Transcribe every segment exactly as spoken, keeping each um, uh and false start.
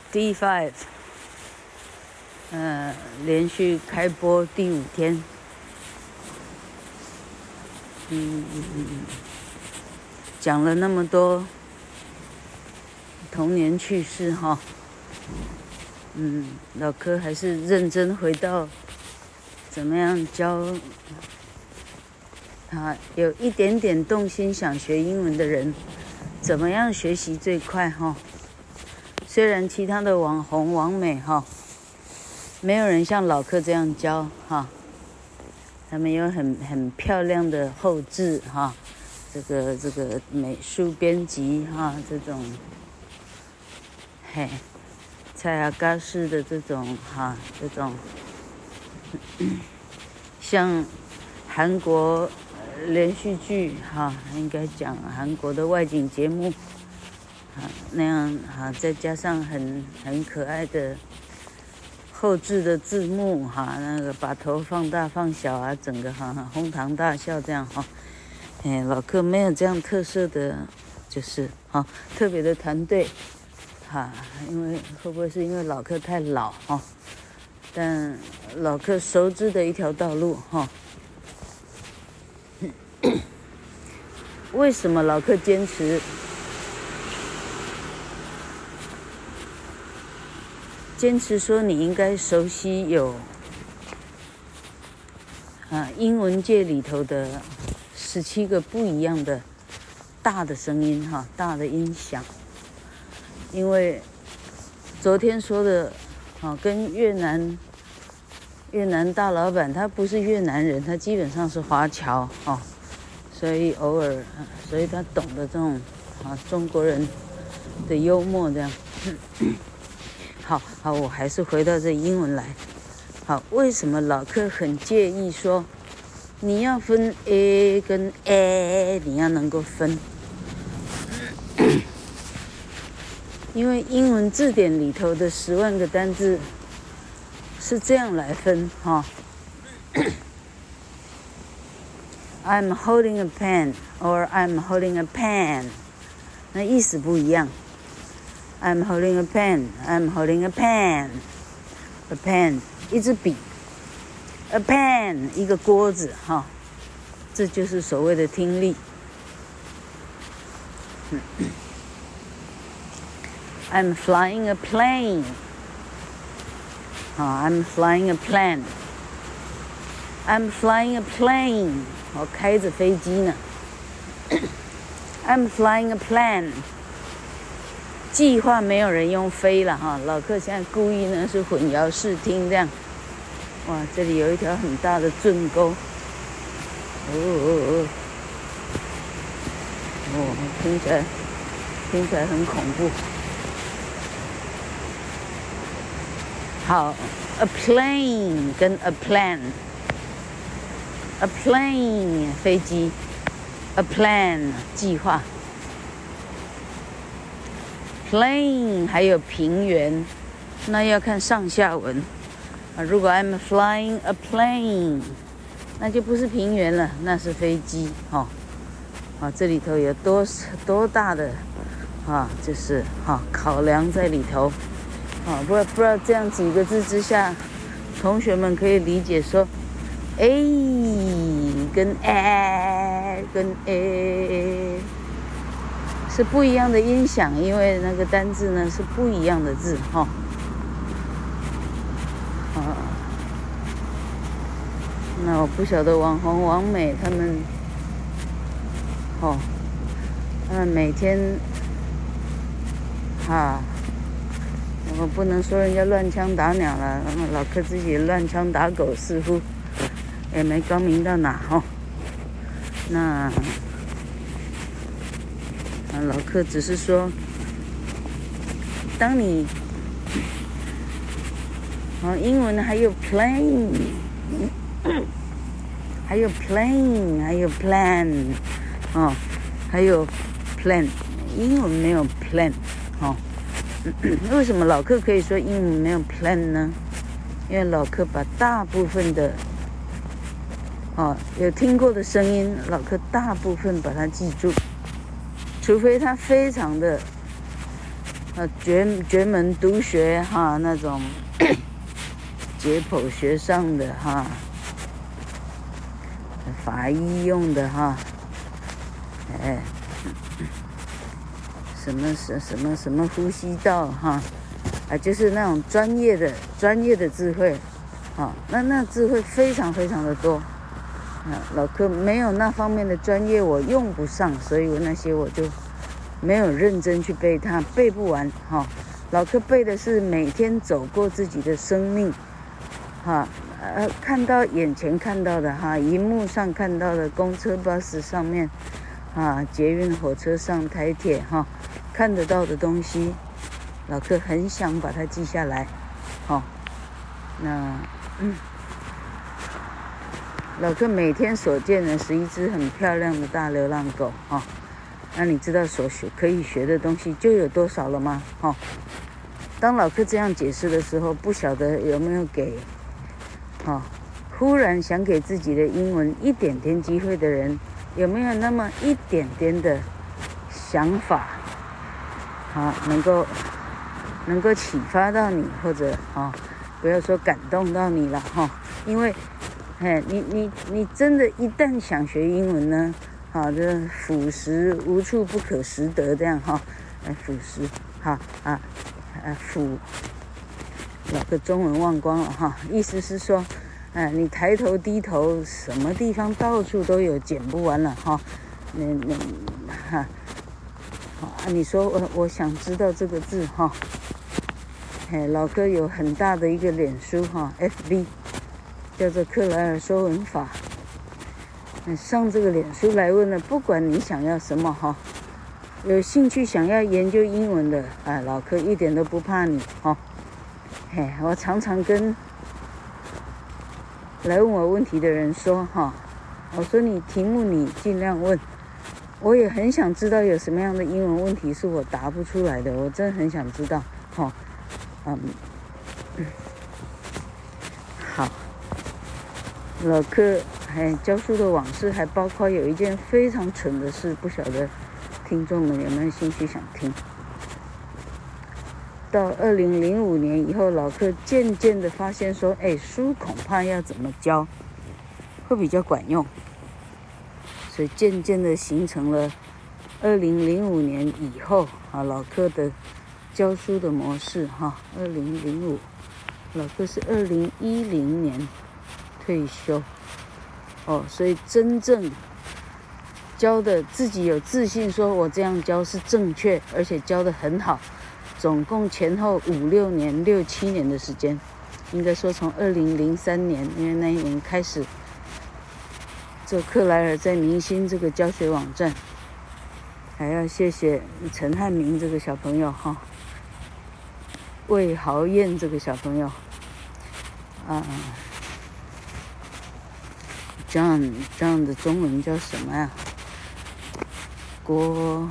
D five， 呃，连续开播第五天。嗯嗯嗯，讲了那么多童年趣事哈，嗯，老柯还是认真回到怎么样教啊有一点点动心想学英文的人，怎么样学习最快哈。虽然其他的网红网美哈，没有人像老柯这样教哈，他们有很很漂亮的后制哈，这个这个美术编辑哈，这种嘿蔡阿嘎式的这种哈这种，像韩国连续剧哈，应该讲韩国的外景节目。啊，那样哈，再加上很很可爱的后置的字幕哈，那个把头放大放小啊，整个哈哄堂大笑这样哈。哎，老柯没有这样特色的，就是哈特别的团队哈，因为会不会是因为老柯太老哈？但老柯熟知的一条道路哈。为什么老柯坚持？坚持说你应该熟悉有啊英文界里头的十七个不一样的大的声音哈，大的音响。因为昨天说的啊，跟越南越南大老板他不是越南人，他基本上是华侨哦，所以偶尔所以他懂得这种啊中国人的幽默这样。好好，我还是回到这英文来。好，为什么老柯很介意说你要分 A 跟 A， 你要能够分？因为英文字典里头的十万个单字是这样来分哈。I'm holding a pen or I'm holding a pen， 那意思不一样。I'm holding a pen. I'm holding a pen. A pen， 一支笔。A pen， 一个锅子哈，这就是所谓的听力。I'm flying a plane. 好 ，I'm flying a plane. I'm flying a plane. 我开着飞机呢。I'm flying a plane。计划没有人用飞了哈，老柯现在故意呢是混淆视听这样。哇，这里有一条很大的圳沟。哦哦哦，哦，听起来听起来很恐怖。好 ，a plane 跟 a plan。a plane 飞机 ，a plan 计划。plane 还有平原，那要看上下文啊。如果 I'm flying a plane， 那就不是平原了，那是飞机哦。啊，这里头有多多大的啊，就是啊考量在里头啊。不知道不知道这样几个字之下，同学们可以理解说 A 跟 A 跟 A。是不一样的音响，因为那个单字呢是不一样的字哈。啊，那我不晓得网红网美他们，哦，他们每天，哈，我不能说人家乱枪打鸟了，老柯自己乱枪打狗似乎也没高明到哪哈。那。老柯只是说，当你，哦，英文还有 plane， 还有 plane， 还有 plan， 哦，还有 plan， 英文没有 plan， 哦，为什么老柯可以说英文没有 plan 呢？因为老柯把大部分的，哦，有听过的声音，老柯大部分把它记住。除非他非常的呃绝绝门独学哈那种解剖学上的哈，法医用的哈，哎，什么什什么什么呼吸道哈，啊，就是那种专业的专业的智慧，啊，那那智慧非常非常的多，啊，老柯没有那方面的专业，我用不上，所以我那些我就没有认真去背它，背不完哈。老柯背的是每天走过自己的生命，哈，呃，看到眼前看到的哈，荧幕上看到的，公车、巴士上面，啊，捷运、火车上、台铁哈，看得到的东西，老柯很想把它记下来，哈，那，嗯，老柯每天所见的是一只很漂亮的大流浪狗，哈。那你知道所学可以学的东西就有多少了吗？哦，当老柯这样解释的时候，不晓得有没有给，哦，忽然想给自己的英文一点点机会的人，有没有那么一点点的想法，啊，能够能够启发到你，或者啊，不要说感动到你了哈，因为，哎，你你你真的，一旦想学英文呢？好的，腐蚀无处不可拾得这样哈，来腐蚀，哈啊啊腐，老个中文忘光了哈，意思是说，哎，你抬头低头，什么地方到处都有，捡不完了哈，那那哈，好啊，你说我我想知道这个字哈，哎，老柯有很大的一个脸书哈 ，F B， 叫做克莱尔说文法。上这个脸书来问了，不管你想要什么哈，有兴趣想要研究英文的，哎，老柯一点都不怕你哈。嘿，我常常跟来问我问题的人说哈，我说你题目你尽量问，我也很想知道有什么样的英文问题是我答不出来的，我真的很想知道哈。嗯，好，老柯。哎，教书的往事还包括有一件非常蠢的事，不晓得听众们有没有兴趣想听。到二零零五年以后，老柯渐渐的发现说，哎，书恐怕要怎么教会比较管用，所以渐渐的形成了二零零五年以后啊，老柯的教书的模式哈。二零零五，老柯是二零一零年退休。哦，所以真正教的自己有自信，说我这样教是正确，而且教得很好。总共前后五六年、六七年的时间，应该说从二零零三年，因为那一年开始做克莱尔在明星这个教学网站，还要谢谢陈汉明这个小朋友哈，魏豪燕这个小朋友，啊。John John 的中文叫什么呀？郭，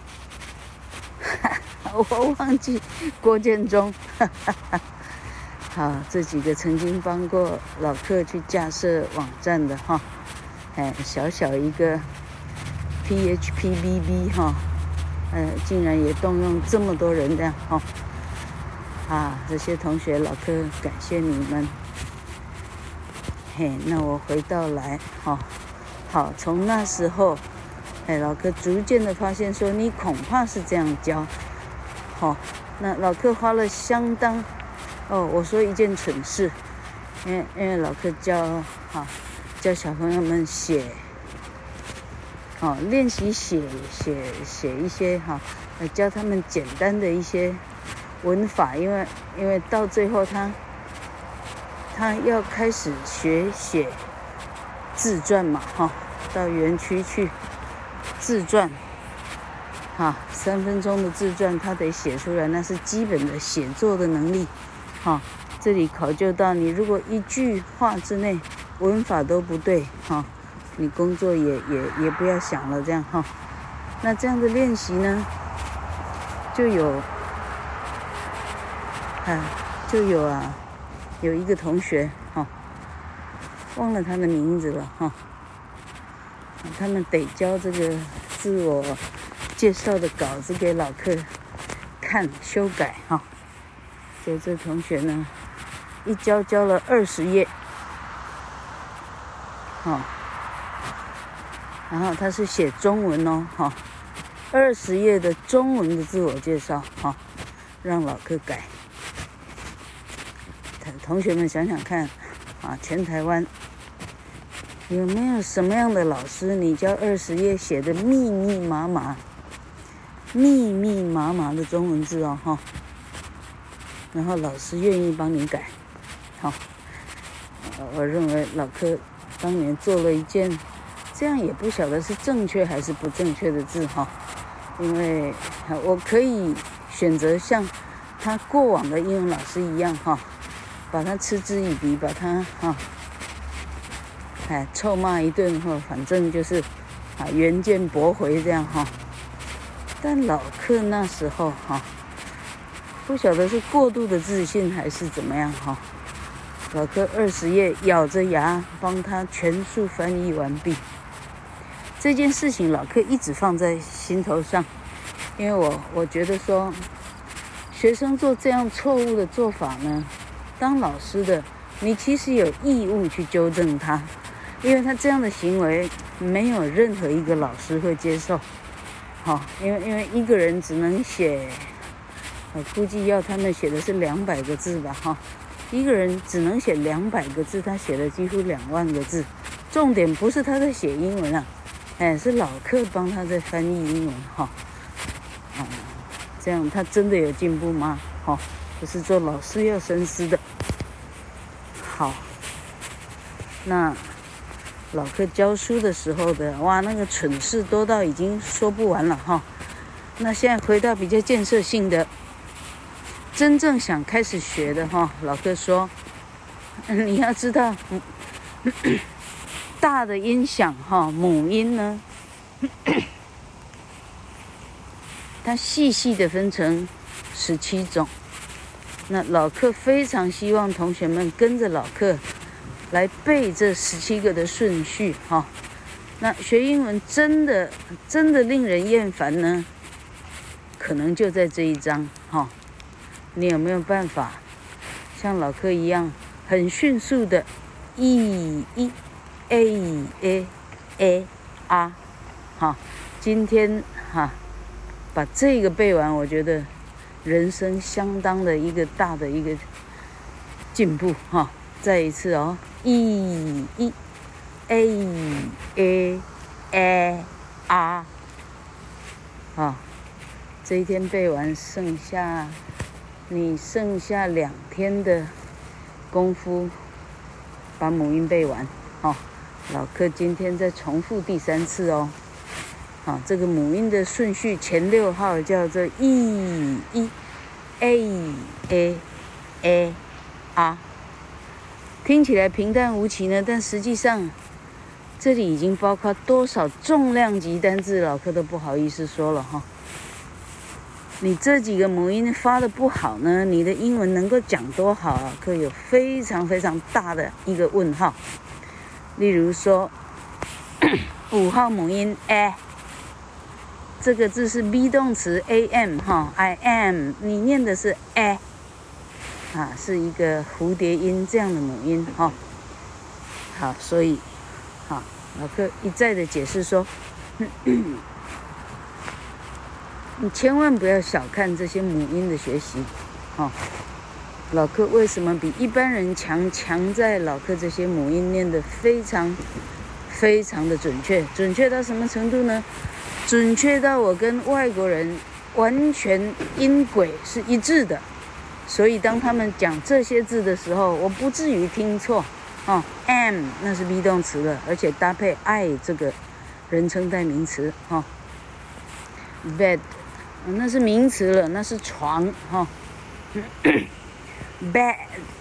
我忘记郭建中。好，这几个曾经帮过老柯去架设网站的哈，哎，小小一个 P H P B B 哈，呃，竟然也动用这么多人这样哈，啊，这些同学老柯感谢你们。嘿，那我回到来哈，好，从那时候，哎，老柯逐渐的发现说，你恐怕是这样教，好，那老柯花了相当，哦，我说一件蠢事，因为因为老柯教哈，教小朋友们写，哦，练习写写写一些哈，教他们简单的一些文法，因为因为到最后他。他要开始学写自传嘛，哈，到园区去自传，哈，三分钟的自传他得写出来，那是基本的写作的能力，哈。这里考究到你如果一句话之内文法都不对，哈，你工作也也也不要想了，这样哈。那这样的练习呢，就有，啊，就有啊。有一个同学哈，忘了他的名字了哈。他们得交这个自我介绍的稿子给老柯看修改哈。就这同学呢，一教教了二十页，哦，然后他是写中文哦，哈、哦，二十页的中文的自我介绍哈、哦，让老柯改。同学们想想看，啊，全台湾有没有什么样的老师，你教二十页写的密密麻麻、密密麻麻的中文字哦，哈、哦，然后老师愿意帮你改，好、哦，我认为老柯当年做了一件，这样也不晓得是正确还是不正确的字哈、哦，因为我可以选择像他过往的英文老师一样哈。哦，把他嗤之以鼻，把他哈，哎，臭骂一顿哈，反正就是啊，原件驳回这样哈。但老柯那时候哈，不晓得是过度的自信还是怎么样哈。老柯二十页咬着牙帮他全数翻译完毕。这件事情老柯一直放在心头上，因为我我觉得说，学生做这样错误的做法呢。当老师的，你其实有义务去纠正他，因为他这样的行为没有任何一个老师会接受。好、哦，因为因为一个人只能写，我估计要他们写的是两百个字吧，哈、哦，一个人只能写两百个字，他写了几乎两万个字。重点不是他在写英文啊，哎，是老柯帮他在翻译英文哈。啊、哦嗯，这样他真的有进步吗？哈、哦。这是做老师要深思的。好，那老柯教书的时候的，哇，那个蠢事多到已经说不完了哈。那现在回到比较建设性的，真正想开始学的哈，老柯说，你要知道，大的音响哈，母音呢，它细细的分成十七种。那老柯非常希望同学们跟着老柯来背这十七个的顺序哈、哦。那学英文真的真的令人厌烦呢，可能就在这一章哈、哦。你有没有办法像老柯一样很迅速的 e e a a a r 哈？今天哈把这个背完，我觉得。人生相当的一个大的一个进步哈！再一次哦 ，e e a a a r 啊，这一天背完，剩下你剩下两天的功夫把母音背完哦。老柯今天再重复第三次哦。啊，这个母音的顺序前六号叫做 e e a a a r， 听起来平淡无奇呢，但实际上这里已经包括多少重量级单字，老柯都不好意思说了哈。你这几个母音发的不好呢，你的英文能够讲多好啊？可有非常非常大的一个问号。例如说五号母音 a。这个字是 be 动词 am 哈 I am， 你念的是 a 啊，是一个蝴蝶音这样的母音哈。好，所以好，老柯一再的解释说，你千万不要小看这些母音的学习哈。老柯为什么比一般人强？强在老柯这些母音念得非常非常的准确，准确到什么程度呢？准确到我跟外国人完全音轨是一致的，所以当他们讲这些字的时候，我不至于听错。哦 ，am 那是 be 动词了，而且搭配 I 这个人称代名词。哈、哦、，bed 那是名词了，那是床。哈、哦、，bad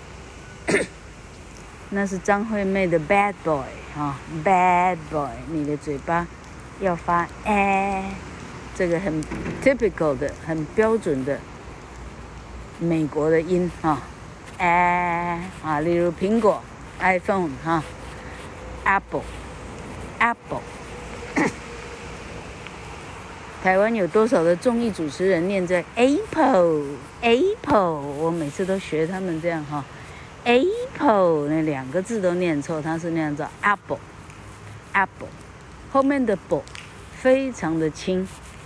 那是张惠妹的 bad boy。哈、哦、，bad boy， 你的嘴巴。要发 a， 这个很 typical 的、很标准的美国的音哈 ，a 啊，例如苹果 iPhone 哈 ，apple apple 台湾有多少的综艺主持人念在 Apple Apple， 我每次都学他们这样哈 ，Apple 那两个字都念错，它是那样子 Apple Apple， 后面的 b 非常的轻，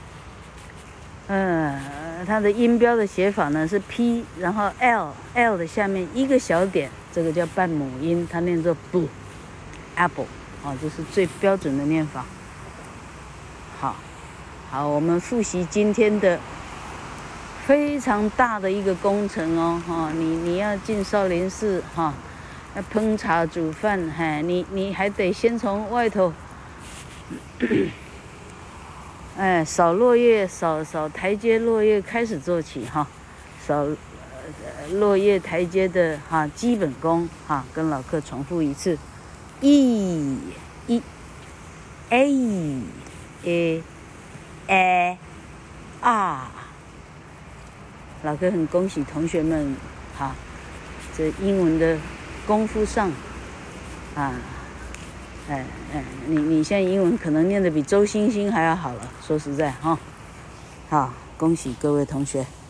呃，它的音标的写法呢是 P， 然后 L L 的下面一个小点，这个叫半母音，它念作 b Apple， 哦，这是最标准的念法。好。好，我们复习今天的非常大的一个工程哦，哈，你你要进少林寺哈，要烹茶煮饭，嘿，你你还得先从外头，哎，扫落叶，扫扫台阶落叶开始做起哈，扫、呃、落叶台阶的哈基本功哈，跟老客重复一次，一一 a a。哎啊！老哥很恭喜同学们，哈，这英文的功夫上，啊，哎哎，你你现在英文可能念得比周星星还要好了，说实在哈，好，恭喜各位同学。